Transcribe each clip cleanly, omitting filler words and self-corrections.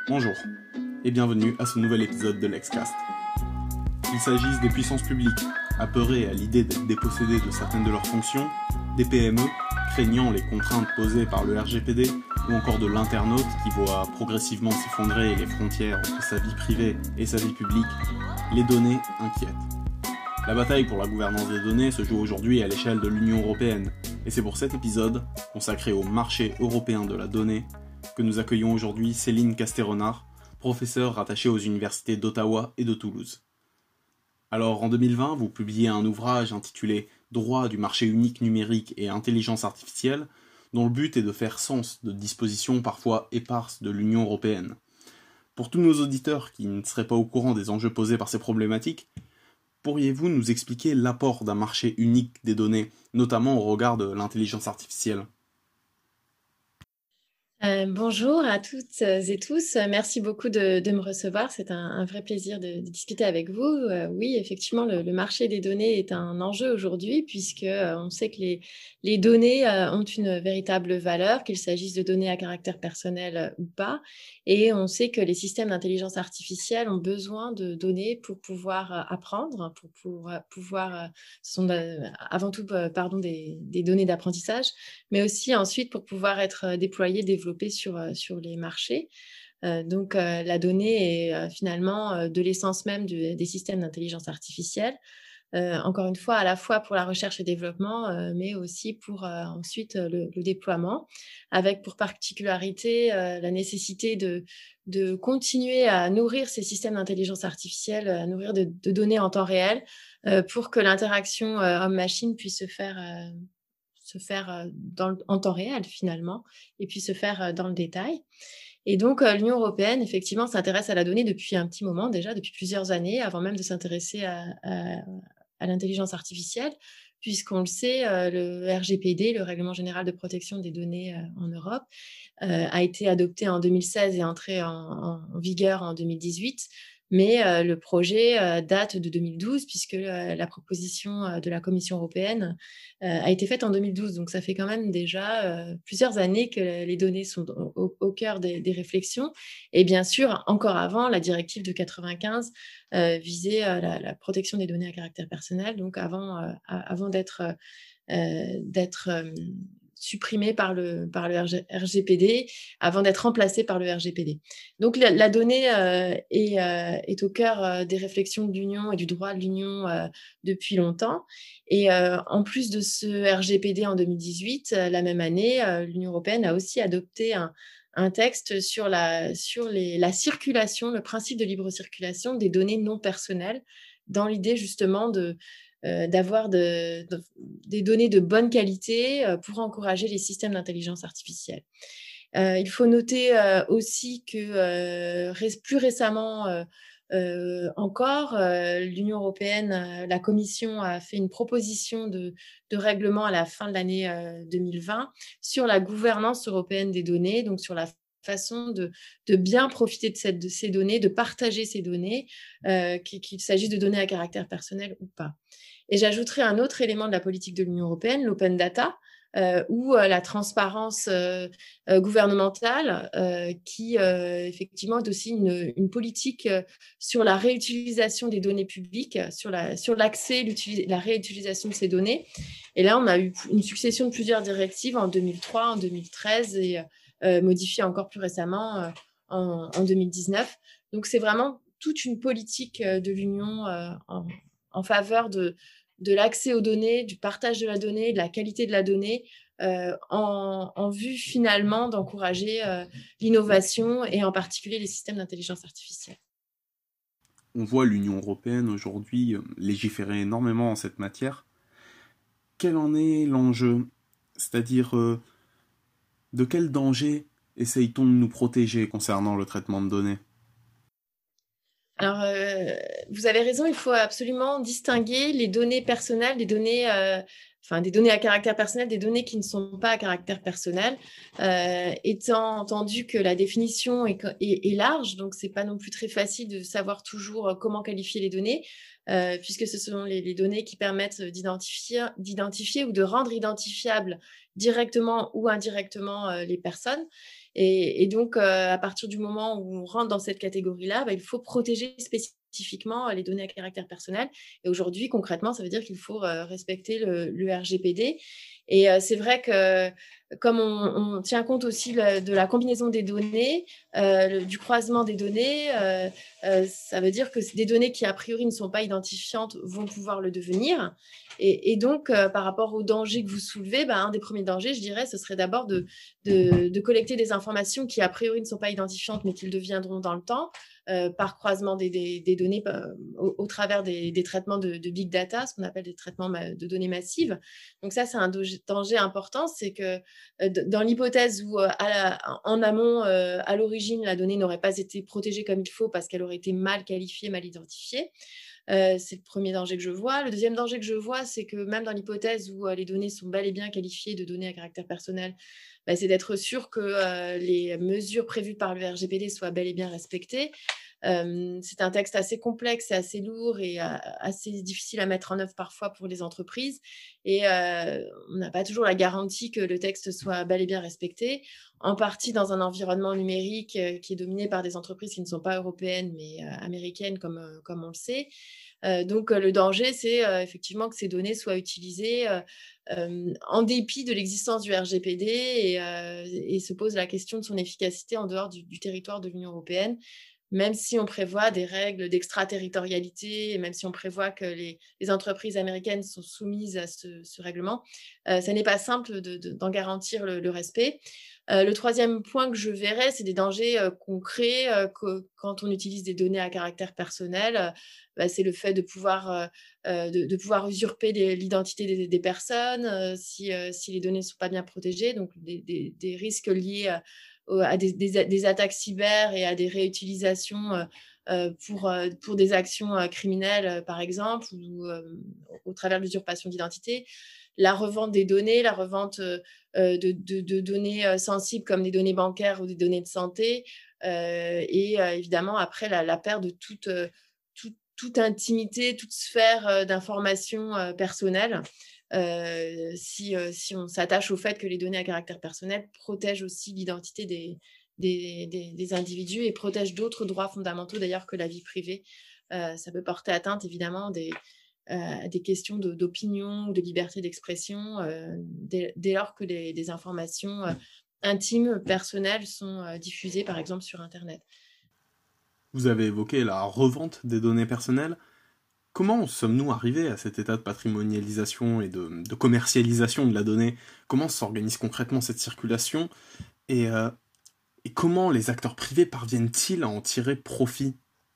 Bonjour, et bienvenue à ce nouvel épisode de l'Excast. Qu'il s'agisse des puissances publiques, apeurées à l'idée d'être dépossédées de certaines de leurs fonctions, des PME, craignant les contraintes posées par le RGPD, ou encore de l'internaute qui voit progressivement s'effondrer les frontières entre sa vie privée et sa vie publique, les données inquiètent. La bataille pour la gouvernance des données se joue aujourd'hui à l'échelle de l'Union européenne, et c'est pour cet épisode, consacré au marché européen de la donnée, que nous accueillons aujourd'hui Céline Castérenard, professeure rattachée aux universités d'Ottawa et de Toulouse. Alors en 2020, vous publiez un ouvrage intitulé « Droit du marché unique numérique et intelligence artificielle », dont le but est de faire sens de dispositions parfois éparses de l'Union européenne. Pour tous nos auditeurs qui ne seraient pas au courant des enjeux posés par ces problématiques, pourriez-vous nous expliquer l'apport d'un marché unique des données, notamment au regard de l'intelligence artificielle ? Bonjour à toutes et tous. Merci beaucoup de me recevoir. C'est un vrai plaisir de discuter avec vous. Oui, effectivement, le marché des données est un enjeu aujourd'hui puisque on sait que les données ont une véritable valeur, qu'il s'agisse de données à caractère personnel ou pas. Et on sait que les systèmes d'intelligence artificielle ont besoin de données pour pouvoir apprendre, pour pouvoir, ce sont avant tout des données d'apprentissage, mais aussi ensuite pour pouvoir être déployé, développé sur les marchés. Donc, la donnée est finalement de l'essence même des systèmes d'intelligence artificielle. Encore une fois, à la fois pour la recherche et développement, mais aussi pour ensuite le déploiement, avec pour particularité la nécessité de continuer à nourrir ces systèmes d'intelligence artificielle, à nourrir de données en temps réel, pour que l'interaction homme-machine puisse se faire en temps réel finalement, et puis se faire dans le détail. Et donc, l'Union européenne, effectivement, s'intéresse à la donnée depuis un petit moment déjà, depuis plusieurs années, avant même de s'intéresser à l'intelligence artificielle, puisqu'on le sait, le RGPD, le Règlement général de protection des données en Europe, a été adopté en 2016 et entré en vigueur en 2018. Mais le projet date de 2012, puisque la proposition de la Commission européenne a été faite en 2012. Donc, ça fait quand même déjà plusieurs années que les données sont au cœur des réflexions. Et bien sûr, encore avant, la directive de 95 visait la protection des données à caractère personnel, donc avant d'être supprimée par le RGPD, avant d'être remplacée par le RGPD. Donc la donnée est au cœur des réflexions de l'Union et du droit de l'Union depuis longtemps. Et en plus de ce RGPD en 2018, la même année, l'Union européenne a aussi adopté un texte sur la circulation, le principe de libre circulation des données non personnelles, dans l'idée justement d'avoir des données de bonne qualité pour encourager les systèmes d'intelligence artificielle. Il faut noter aussi que plus récemment encore, l'Union européenne, la Commission a fait une proposition de règlement à la fin de l'année 2020 sur la gouvernance européenne des données, donc sur la façon de bien profiter de ces données, de partager ces données, qu'il s'agisse de données à caractère personnel ou pas. Et j'ajouterai un autre élément de la politique de l'Union européenne, l'open data, ou la transparence gouvernementale, qui effectivement est aussi une politique sur la réutilisation des données publiques, sur l'accès, la réutilisation de ces données. Et là, on a eu une succession de plusieurs directives en 2003, en 2013 et modifiées encore plus récemment en 2019. Donc, c'est vraiment toute une politique de l'Union en faveur de l'accès aux données, du partage de la donnée, de la qualité de la donnée, en vue finalement d'encourager l'innovation et en particulier les systèmes d'intelligence artificielle. On voit l'Union européenne aujourd'hui légiférer énormément en cette matière. Quel en est l'enjeu ? C'est-à-dire, de quel danger essaye-t-on de nous protéger concernant le traitement de données ? Alors, vous avez raison, il faut absolument distinguer les données personnelles des données, des données à caractère personnel, des données qui ne sont pas à caractère personnel, étant entendu que la définition est large, donc c'est pas non plus très facile de savoir toujours comment qualifier les données, puisque ce sont les données qui permettent d'identifier ou de rendre identifiables directement ou indirectement les personnes. Et donc, à partir du moment où on rentre dans cette catégorie-là, il faut protéger spécifiquement les données à caractère personnel. Et aujourd'hui, concrètement, ça veut dire qu'il faut respecter le RGPD. Et c'est vrai que comme on tient compte aussi de la combinaison des données, du croisement des données, ça veut dire que des données qui a priori ne sont pas identifiantes vont pouvoir le devenir. Et donc, par rapport aux dangers que vous soulevez, un des premiers dangers, je dirais, ce serait d'abord de collecter des informations qui a priori ne sont pas identifiantes mais qui le deviendront dans le temps. Par croisement des données au travers des traitements de big data, ce qu'on appelle des traitements de données massives. Donc ça, c'est un danger important, c'est que dans l'hypothèse où en amont, à l'origine, la donnée n'aurait pas été protégée comme il faut parce qu'elle aurait été mal qualifiée, mal identifiée. C'est le premier danger que je vois. Le deuxième danger que je vois, c'est que même dans l'hypothèse où les données sont bel et bien qualifiées de données à caractère personnel, c'est d'être sûr que les mesures prévues par le RGPD soient bel et bien respectées. C'est un texte assez complexe et assez lourd et assez difficile à mettre en œuvre parfois pour les entreprises. Et on n'a pas toujours la garantie que le texte soit bel et bien respecté, en partie dans un environnement numérique qui est dominé par des entreprises qui ne sont pas européennes mais américaines, comme on le sait. Donc, le danger, c'est effectivement que ces données soient utilisées en dépit de l'existence du RGPD et se pose la question de son efficacité en dehors du territoire de l'Union européenne, même si on prévoit des règles d'extraterritorialité et même si on prévoit que les entreprises américaines sont soumises à ce règlement, ça n'est pas simple d'en garantir le respect. Le troisième point que je verrais, c'est des dangers concrets quand on utilise des données à caractère personnel. C'est le fait de pouvoir usurper l'identité des personnes si les données ne sont pas bien protégées, donc des risques liés à des attaques cyber et à des réutilisations pour des actions criminelles, par exemple, ou au travers de l'usurpation d'identité. La revente des données, la revente de données sensibles comme des données bancaires ou des données de santé, et évidemment, après, la perte de toute intimité, toute sphère d'information personnelle. Si on s'attache au fait que les données à caractère personnel protègent aussi l'identité des individus et protègent d'autres droits fondamentaux d'ailleurs que la vie privée. Ça peut porter atteinte évidemment à des questions d'opinion ou de liberté d'expression dès lors que des informations intimes, personnelles sont diffusées par exemple sur Internet. Vous avez évoqué la revente des données personnelles. Comment sommes-nous arrivés à cet état de patrimonialisation et de commercialisation de la donnée? Comment s'organise concrètement cette circulation et comment les acteurs privés parviennent-ils à en tirer profit?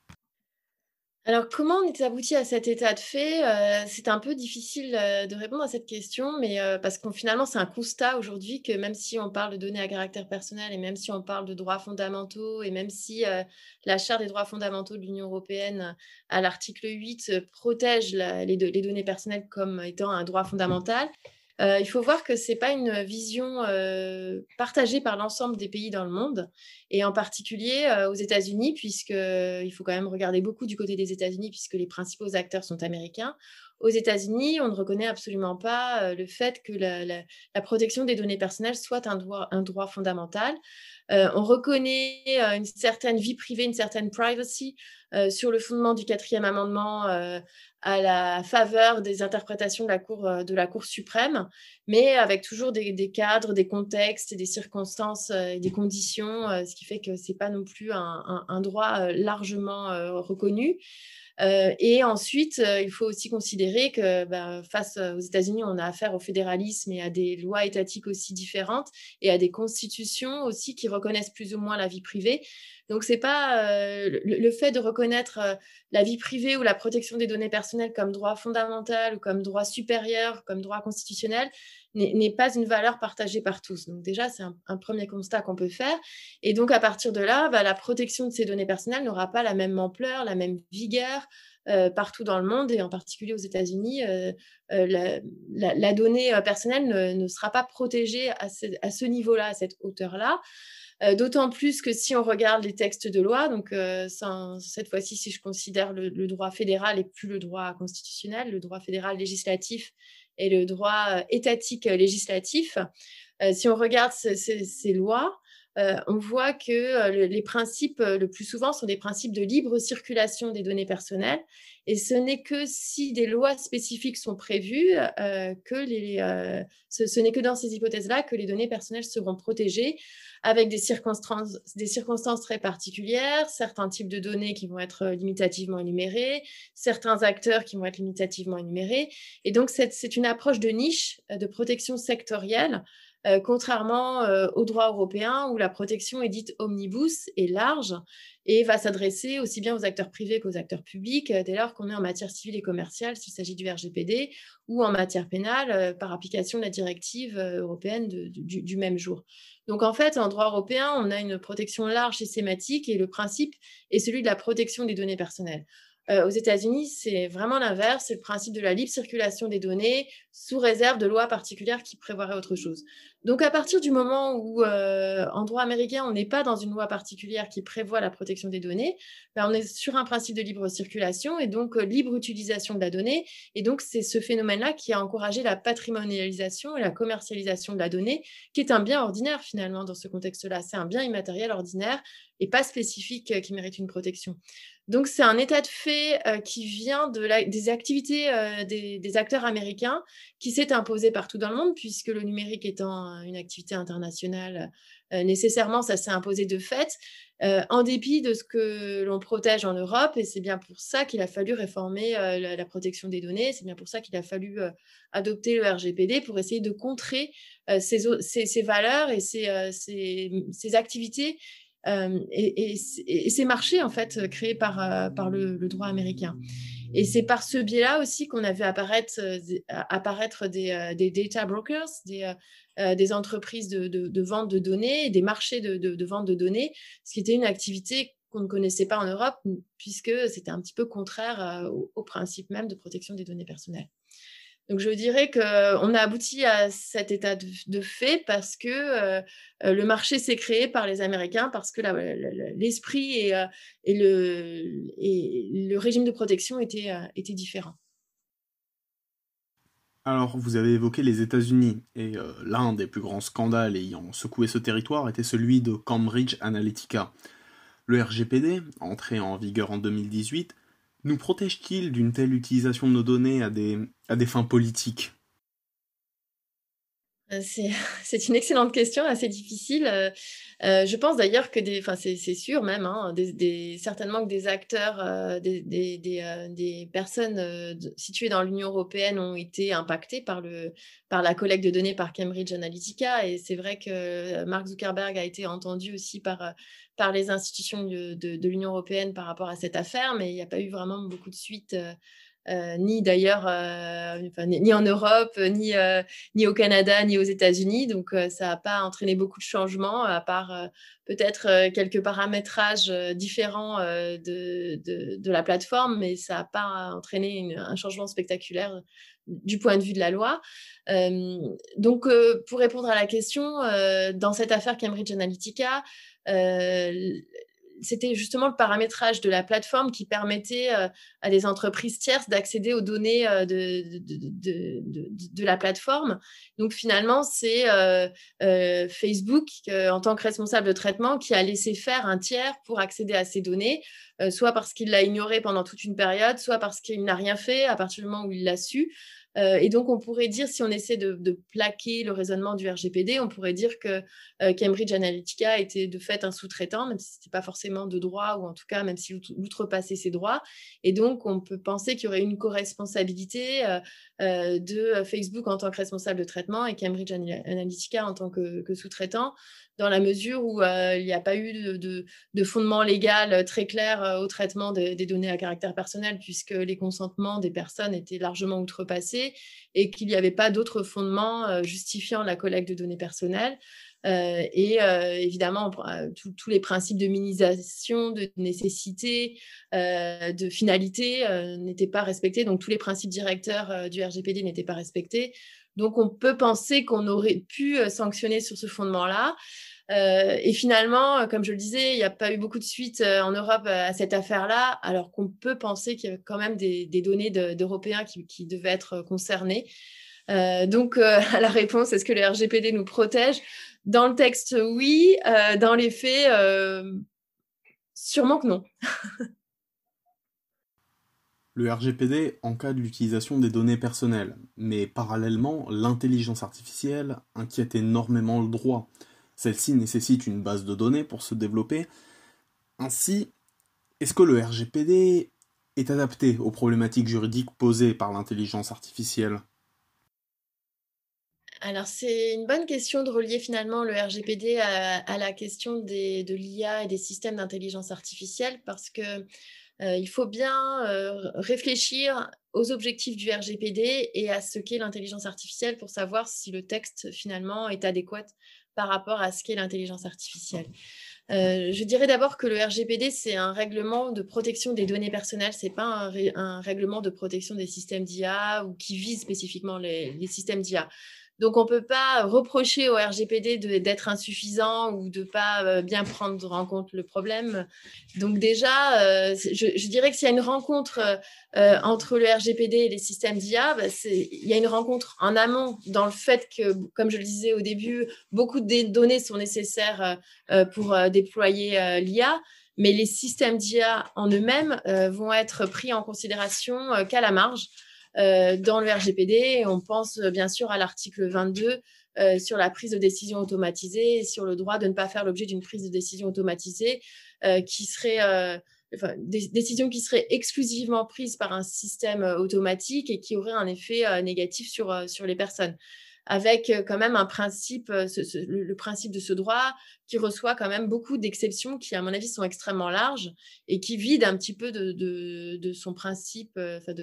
Alors, comment on est abouti à cet état de fait? C'est un peu difficile, de répondre à cette question, mais parce qu'on finalement, c'est un constat aujourd'hui que même si on parle de données à caractère personnel et même si on parle de droits fondamentaux et même si, la Charte des droits fondamentaux de l'Union européenne, à l'article 8, protège les données personnelles comme étant un droit fondamental, il faut voir que c'est pas une vision, partagée par l'ensemble des pays dans le monde et en particulier, aux États-Unis puisqu'il faut quand même regarder beaucoup du côté des États-Unis puisque les principaux acteurs sont américains. Aux États-Unis, on ne reconnaît absolument pas, le fait que la protection des données personnelles soit un droit fondamental. On reconnaît, une certaine vie privée, une certaine privacy, sur le fondement du 4e amendement, à la faveur des interprétations de la Cour suprême, mais avec toujours des cadres, des contextes, des circonstances et des conditions, ce qui fait que ce n'est pas non plus un droit largement reconnu. Et ensuite, il faut aussi considérer que face aux États-Unis, on a affaire au fédéralisme et à des lois étatiques aussi différentes et à des constitutions aussi qui reconnaissent plus ou moins la vie privée. Donc, c'est pas le fait de reconnaître la vie privée ou la protection des données personnelles comme droit fondamental ou comme droit supérieur, comme droit constitutionnel, n'est pas une valeur partagée par tous. Donc déjà, c'est un premier constat qu'on peut faire. Et donc, à partir de là, la protection de ces données personnelles n'aura pas la même ampleur, la même vigueur partout dans le monde et en particulier aux États-Unis. La donnée personnelle ne sera pas protégée à ce niveau-là, à cette hauteur-là. D'autant plus que si on regarde les textes de loi, donc cette fois-ci, si je considère le droit fédéral et plus le droit constitutionnel, le droit fédéral législatif et le droit étatique législatif, si on regarde ces lois, on voit que les principes, le plus souvent, sont des principes de libre circulation des données personnelles. Et ce n'est que si des lois spécifiques sont prévues ce n'est que dans ces hypothèses-là que les données personnelles seront protégées avec des circonstances très particulières, certains types de données qui vont être limitativement énumérés, certains acteurs qui vont être limitativement énumérés. Et donc, c'est une approche de niche, de protection sectorielle, contrairement au droit européen où la protection est dite omnibus et large et va s'adresser aussi bien aux acteurs privés qu'aux acteurs publics dès lors qu'on est en matière civile et commerciale s'il s'agit du RGPD ou en matière pénale par application de la directive européenne du même jour. Donc en fait, en droit européen, on a une protection large systématique et le principe est celui de la protection des données personnelles. Aux États-Unis, c'est vraiment l'inverse, c'est le principe de la libre circulation des données sous réserve de lois particulières qui prévoiraient autre chose. Donc, à partir du moment où, en droit américain, on n'est pas dans une loi particulière qui prévoit la protection des données, ben, on est sur un principe de libre circulation et donc libre utilisation de la donnée. Et donc, c'est ce phénomène-là qui a encouragé la patrimonialisation et la commercialisation de la donnée, qui est un bien ordinaire finalement dans ce contexte-là. C'est un bien immatériel ordinaire et pas spécifique qui mérite une protection. Donc, c'est un état de fait qui vient des activités des acteurs américains qui s'est imposé partout dans le monde, puisque le numérique étant une activité internationale, nécessairement, ça s'est imposé de fait, en dépit de ce que l'on protège en Europe. Et c'est bien pour ça qu'il a fallu réformer la protection des données. C'est bien pour ça qu'il a fallu adopter le RGPD pour essayer de contrer ces valeurs et ces activités et ces marchés en fait créés par le droit américain. Et c'est par ce biais-là aussi qu'on a vu apparaître des data brokers, des entreprises de vente de données, des marchés de vente de données, ce qui était une activité qu'on ne connaissait pas en Europe, puisque c'était un petit peu contraire au principe même de protection des données personnelles. Donc, je dirais qu'on a abouti à cet état de fait parce que le marché s'est créé par les Américains, parce que l'esprit et le régime de protection étaient différents. Alors, vous avez évoqué les États-Unis, et l'un des plus grands scandales ayant secoué ce territoire était celui de Cambridge Analytica. Le RGPD, entré en vigueur en 2018, nous protège-t-il d'une telle utilisation de nos données à des fins politiques ? C'est une excellente question, assez difficile. Je pense d'ailleurs que c'est sûr même, hein, certainement que des acteurs, des personnes situées dans l'Union européenne ont été impactées par la collecte de données par Cambridge Analytica. Et c'est vrai que Mark Zuckerberg a été entendu aussi par les institutions de l'Union européenne par rapport à cette affaire, mais il n'y a pas eu vraiment beaucoup de suite. Ni d'ailleurs, ni en Europe, ni au Canada, ni aux États-Unis. Donc, ça n'a pas entraîné beaucoup de changements, à part peut-être quelques paramétrages différents de la plateforme, mais ça n'a pas entraîné un changement spectaculaire du point de vue de la loi. Donc, pour répondre à la question, dans cette affaire Cambridge Analytica, c'était justement le paramétrage de la plateforme qui permettait à des entreprises tierces d'accéder aux données de la plateforme. Donc finalement, c'est Facebook, en tant que responsable de traitement, qui a laissé faire un tiers pour accéder à ces données, soit parce qu'il l'a ignoré pendant toute une période, soit parce qu'il n'a rien fait à partir du moment où il l'a su. Et donc, on pourrait dire, si on essaie de plaquer le raisonnement du RGPD, on pourrait dire que Cambridge Analytica était de fait un sous-traitant, même si ce n'était pas forcément de droit, ou en tout cas, même s'il outrepassait ses droits. Et donc, on peut penser qu'il y aurait une co-responsabilité de Facebook en tant que responsable de traitement et Cambridge Analytica en tant que sous-traitant, dans la mesure où il n'y a pas eu de fondement légal très clair au traitement des données à caractère personnel, puisque les consentements des personnes étaient largement outrepassés et qu'il n'y avait pas d'autres fondements justifiant la collecte de données personnelles. Évidemment, tous les principes de minimisation, de nécessité, de finalité n'étaient pas respectés. Donc, tous les principes directeurs du RGPD n'étaient pas respectés. Donc, on peut penser qu'on aurait pu sanctionner sur ce fondement-là. Et finalement, comme je le disais, il n'y a pas eu beaucoup de suite en Europe à cette affaire-là, alors qu'on peut penser qu'il y avait quand même des données d'Européens qui devaient être concernés. Donc, à la réponse, est-ce que le RGPD nous protège ? Dans le texte, oui. Dans les faits, sûrement que non. Le RGPD encadre l'utilisation des données personnelles, mais parallèlement, l'intelligence artificielle inquiète énormément le droit. Celle-ci nécessite une base de données pour se développer. Ainsi, est-ce que le RGPD est adapté aux problématiques juridiques posées par l'intelligence artificielle ? Alors, c'est une bonne question de relier finalement le RGPD à la question de l'IA et des systèmes d'intelligence artificielle parce que il faut bien réfléchir aux objectifs du RGPD et à ce qu'est l'intelligence artificielle pour savoir si le texte finalement est adéquat par rapport à ce qu'est l'intelligence artificielle. Je dirais d'abord que le RGPD, c'est un règlement de protection des données personnelles, c'est pas un règlement de protection des systèmes d'IA ou qui vise spécifiquement les systèmes d'IA. Donc, on ne peut pas reprocher au RGPD d'être insuffisant ou de ne pas bien prendre en compte le problème. Donc déjà, je dirais que s'il y a une rencontre entre le RGPD et les systèmes d'IA, il y a une rencontre en amont dans le fait que, comme je le disais au début, beaucoup de données sont nécessaires pour déployer l'IA, mais les systèmes d'IA en eux-mêmes vont être pris en considération qu'à la marge. Dans le RGPD, on pense bien sûr à l'article 22 sur la prise de décision automatisée et sur le droit de ne pas faire l'objet d'une prise de décision automatisée qui serait des décisions qui seraient exclusivement prises par un système automatique et qui auraient un effet négatif sur les personnes. Avec quand même un principe, le principe de ce droit qui reçoit quand même beaucoup d'exceptions qui, à mon avis, sont extrêmement larges et qui vident un petit peu de son principe,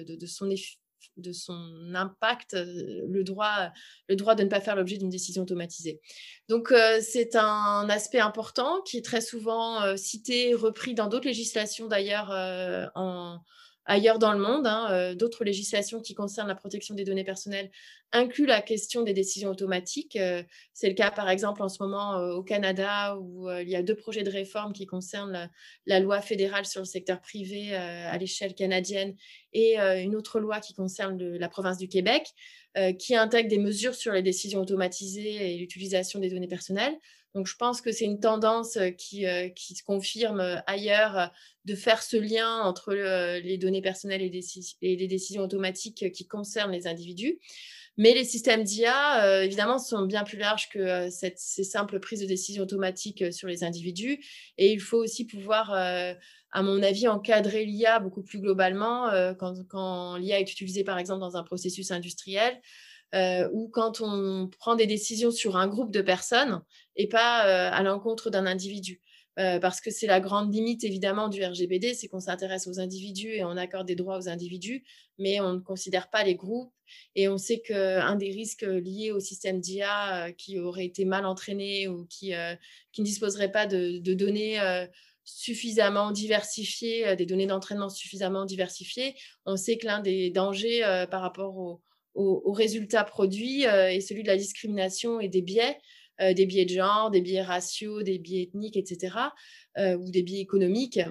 de son impact, le droit de ne pas faire l'objet d'une décision automatisée. Donc, c'est un aspect important qui est très souvent cité, repris dans d'autres législations d'ailleurs ailleurs dans le monde. D'autres législations qui concernent la protection des données personnelles incluent la question des décisions automatiques. C'est le cas, par exemple, en ce moment au Canada, où il y a 2 projets de réforme qui concernent la loi fédérale sur le secteur privé à l'échelle canadienne et une autre loi qui concerne la province du Québec, qui intègre des mesures sur les décisions automatisées et l'utilisation des données personnelles. Donc, je pense que c'est une tendance qui se confirme ailleurs de faire ce lien entre les données personnelles et les décisions automatiques qui concernent les individus. Mais les systèmes d'IA, évidemment, sont bien plus larges que ces simples prises de décision automatiques sur les individus. Et il faut aussi pouvoir, à mon avis, encadrer l'IA beaucoup plus globalement quand l'IA est utilisée, par exemple, dans un processus industriel ou quand on prend des décisions sur un groupe de personnes et pas à l'encontre d'un individu. Parce que c'est la grande limite, évidemment, du RGPD, c'est qu'on s'intéresse aux individus et on accorde des droits aux individus, mais on ne considère pas les groupes. Et on sait qu'un des risques liés au système d'IA qui aurait été mal entraîné ou qui ne disposerait pas de données suffisamment diversifiées, des données d'entraînement suffisamment diversifiées, on sait que l'un des dangers par rapport aux résultats produits est celui de la discrimination et des biais de genre, des biais raciaux, des biais ethniques, etc., ou des biais économiques.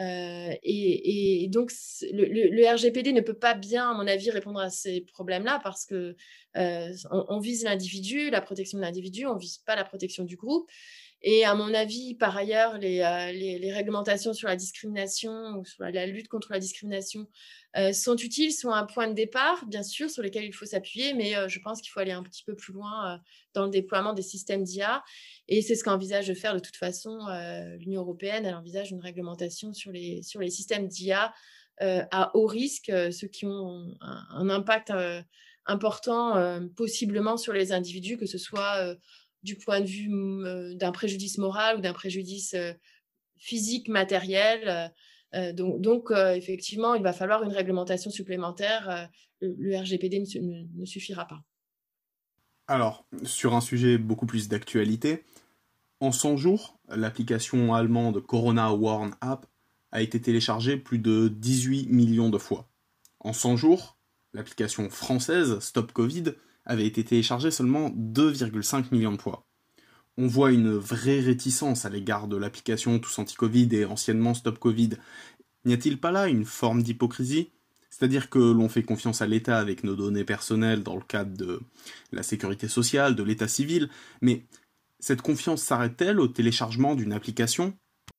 Et donc, le RGPD ne peut pas bien, à mon avis, répondre à ces problèmes-là parce que on vise l'individu, la protection de l'individu, on ne vise pas la protection du groupe. Et à mon avis, par ailleurs, les réglementations sur la discrimination ou sur la lutte contre la discrimination sont utiles, sont un point de départ, bien sûr, sur lesquels il faut s'appuyer, mais je pense qu'il faut aller un petit peu plus loin dans le déploiement des systèmes d'IA. Et c'est ce qu'envisage de faire de toute façon l'Union européenne. Elle envisage une réglementation sur les systèmes d'IA à haut risque, ceux qui ont un impact important possiblement sur les individus, que ce soit du point de vue d'un préjudice moral ou d'un préjudice physique, matériel. Donc effectivement, il va falloir une réglementation supplémentaire. Le RGPD ne suffira pas. Alors, sur un sujet beaucoup plus d'actualité, en 100 jours, l'application allemande Corona Warn App a été téléchargée plus de 18 millions de fois. En 100 jours, l'application française Stop Covid avait été téléchargée seulement 2,5 millions de fois. On voit une vraie réticence à l'égard de l'application Tous Anti-Covid et anciennement Stop Covid. N'y a-t-il pas là une forme d'hypocrisie ? C'est-à-dire que l'on fait confiance à l'État avec nos données personnelles dans le cadre de la sécurité sociale, de l'État civil, mais Cette confiance s'arrête-t-elle au téléchargement d'une application ?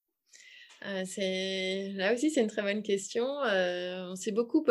Là aussi, c'est une très bonne question. On s'est beaucoup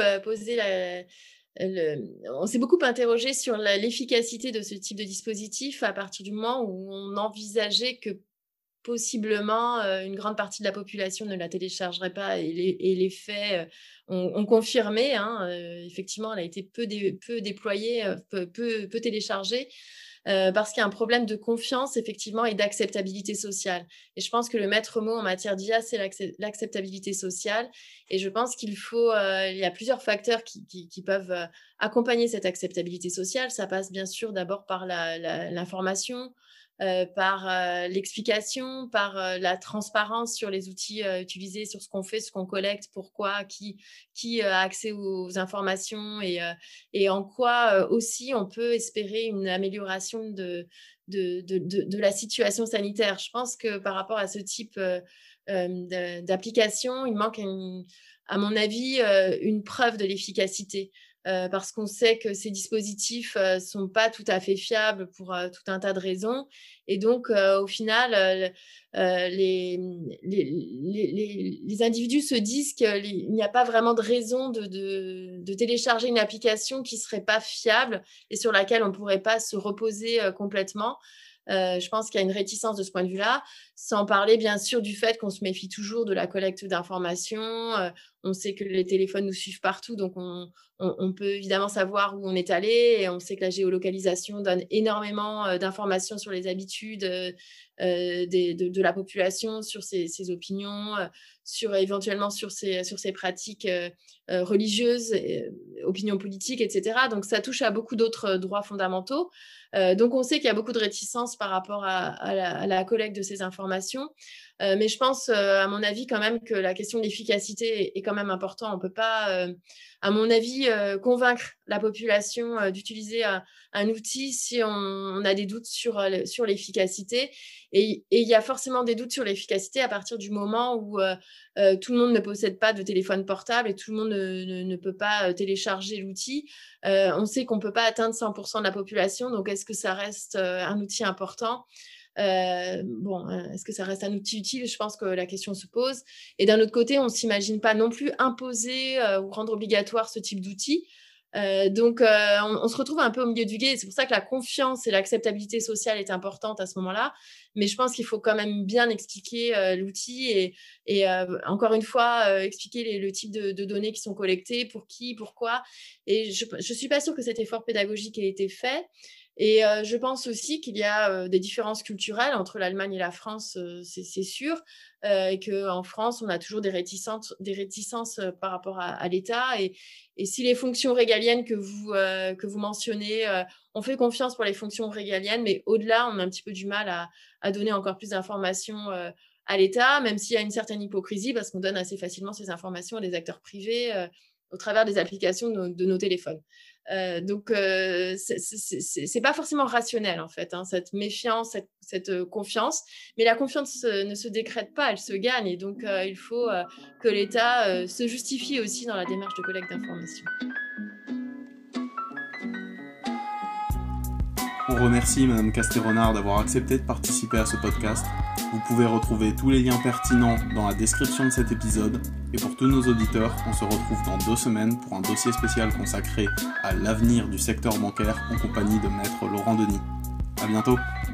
on s'est beaucoup interrogé sur l'efficacité de ce type de dispositif à partir du moment où on envisageait que possiblement une grande partie de la population ne la téléchargerait pas et les faits ont confirmé. Effectivement, elle a été peu déployée, peu téléchargée. Parce qu'il y a un problème de confiance, effectivement, et d'acceptabilité sociale. Et je pense que le maître mot en matière d'IA, c'est l'acceptabilité sociale. Et je pense qu'il y a plusieurs facteurs qui peuvent accompagner cette acceptabilité sociale. Ça passe bien sûr d'abord par l'information, par l'explication, par la transparence sur les outils utilisés, sur ce qu'on fait, ce qu'on collecte, pourquoi, qui a accès aux informations et en quoi aussi on peut espérer une amélioration de la situation sanitaire. Je pense que par rapport à ce type d'application, il manque, à mon avis, une preuve de l'efficacité. Parce qu'on sait que ces dispositifs ne sont pas tout à fait fiables pour tout un tas de raisons. Et donc, au final, les individus se disent qu'il n'y a pas vraiment de raison de télécharger une application qui ne serait pas fiable et sur laquelle on ne pourrait pas se reposer complètement. Je pense qu'il y a une réticence de ce point de vue-là, sans parler bien sûr du fait qu'on se méfie toujours de la collecte d'informations. On sait que les téléphones nous suivent partout, donc on peut évidemment savoir où on est allé, et on sait que la géolocalisation donne énormément d'informations sur les habitudes de la population, sur ses opinions, éventuellement sur ses pratiques religieuses, opinions politiques, etc. Donc ça touche à beaucoup d'autres droits fondamentaux. Donc on sait qu'il y a beaucoup de réticence par rapport à la collecte de ces informations. Mais je pense, à mon avis, quand même que la question de l'efficacité est quand même importante. On ne peut pas, à mon avis, convaincre la population d'utiliser un outil si on a des doutes sur l'efficacité. Et il y a forcément des doutes sur l'efficacité à partir du moment où tout le monde ne possède pas de téléphone portable et tout le monde ne peut pas télécharger l'outil. On sait qu'on ne peut pas atteindre 100% de la population, donc est-ce que ça reste un outil important ? Est-ce que ça reste un outil utile ? Je pense que la question se pose. Et d'un autre côté, on ne s'imagine pas non plus imposer ou rendre obligatoire ce type d'outil. Donc, on se retrouve un peu au milieu du gué. C'est pour ça que la confiance et l'acceptabilité sociale est importante à ce moment-là. Mais je pense qu'il faut quand même bien expliquer l'outil et encore une fois, expliquer le type de données qui sont collectées, pour qui, pourquoi. Et je ne suis pas sûre que cet effort pédagogique ait été fait. Et je pense aussi qu'il y a des différences culturelles entre l'Allemagne et la France, c'est sûr, et qu'en France, on a toujours des réticences par rapport à l'État. Et si les fonctions régaliennes que vous mentionnez, on fait confiance pour les fonctions régaliennes, mais au-delà, on a un petit peu du mal à donner encore plus d'informations à l'État, même s'il y a une certaine hypocrisie, parce qu'on donne assez facilement ces informations à des acteurs privés au travers des applications de nos téléphones. Donc, c'est pas forcément rationnel, en fait, cette méfiance, cette confiance. Mais la confiance ne se décrète pas, elle se gagne. Et donc, il faut que l'État se justifie aussi dans la démarche de collecte d'informations. On remercie Madame Casté-Renard d'avoir accepté de participer à ce podcast. Vous pouvez retrouver tous les liens pertinents dans la description de cet épisode. Et pour tous nos auditeurs, on se retrouve dans 2 semaines pour un dossier spécial consacré à l'avenir du secteur bancaire en compagnie de Maître Laurent Denis. À bientôt.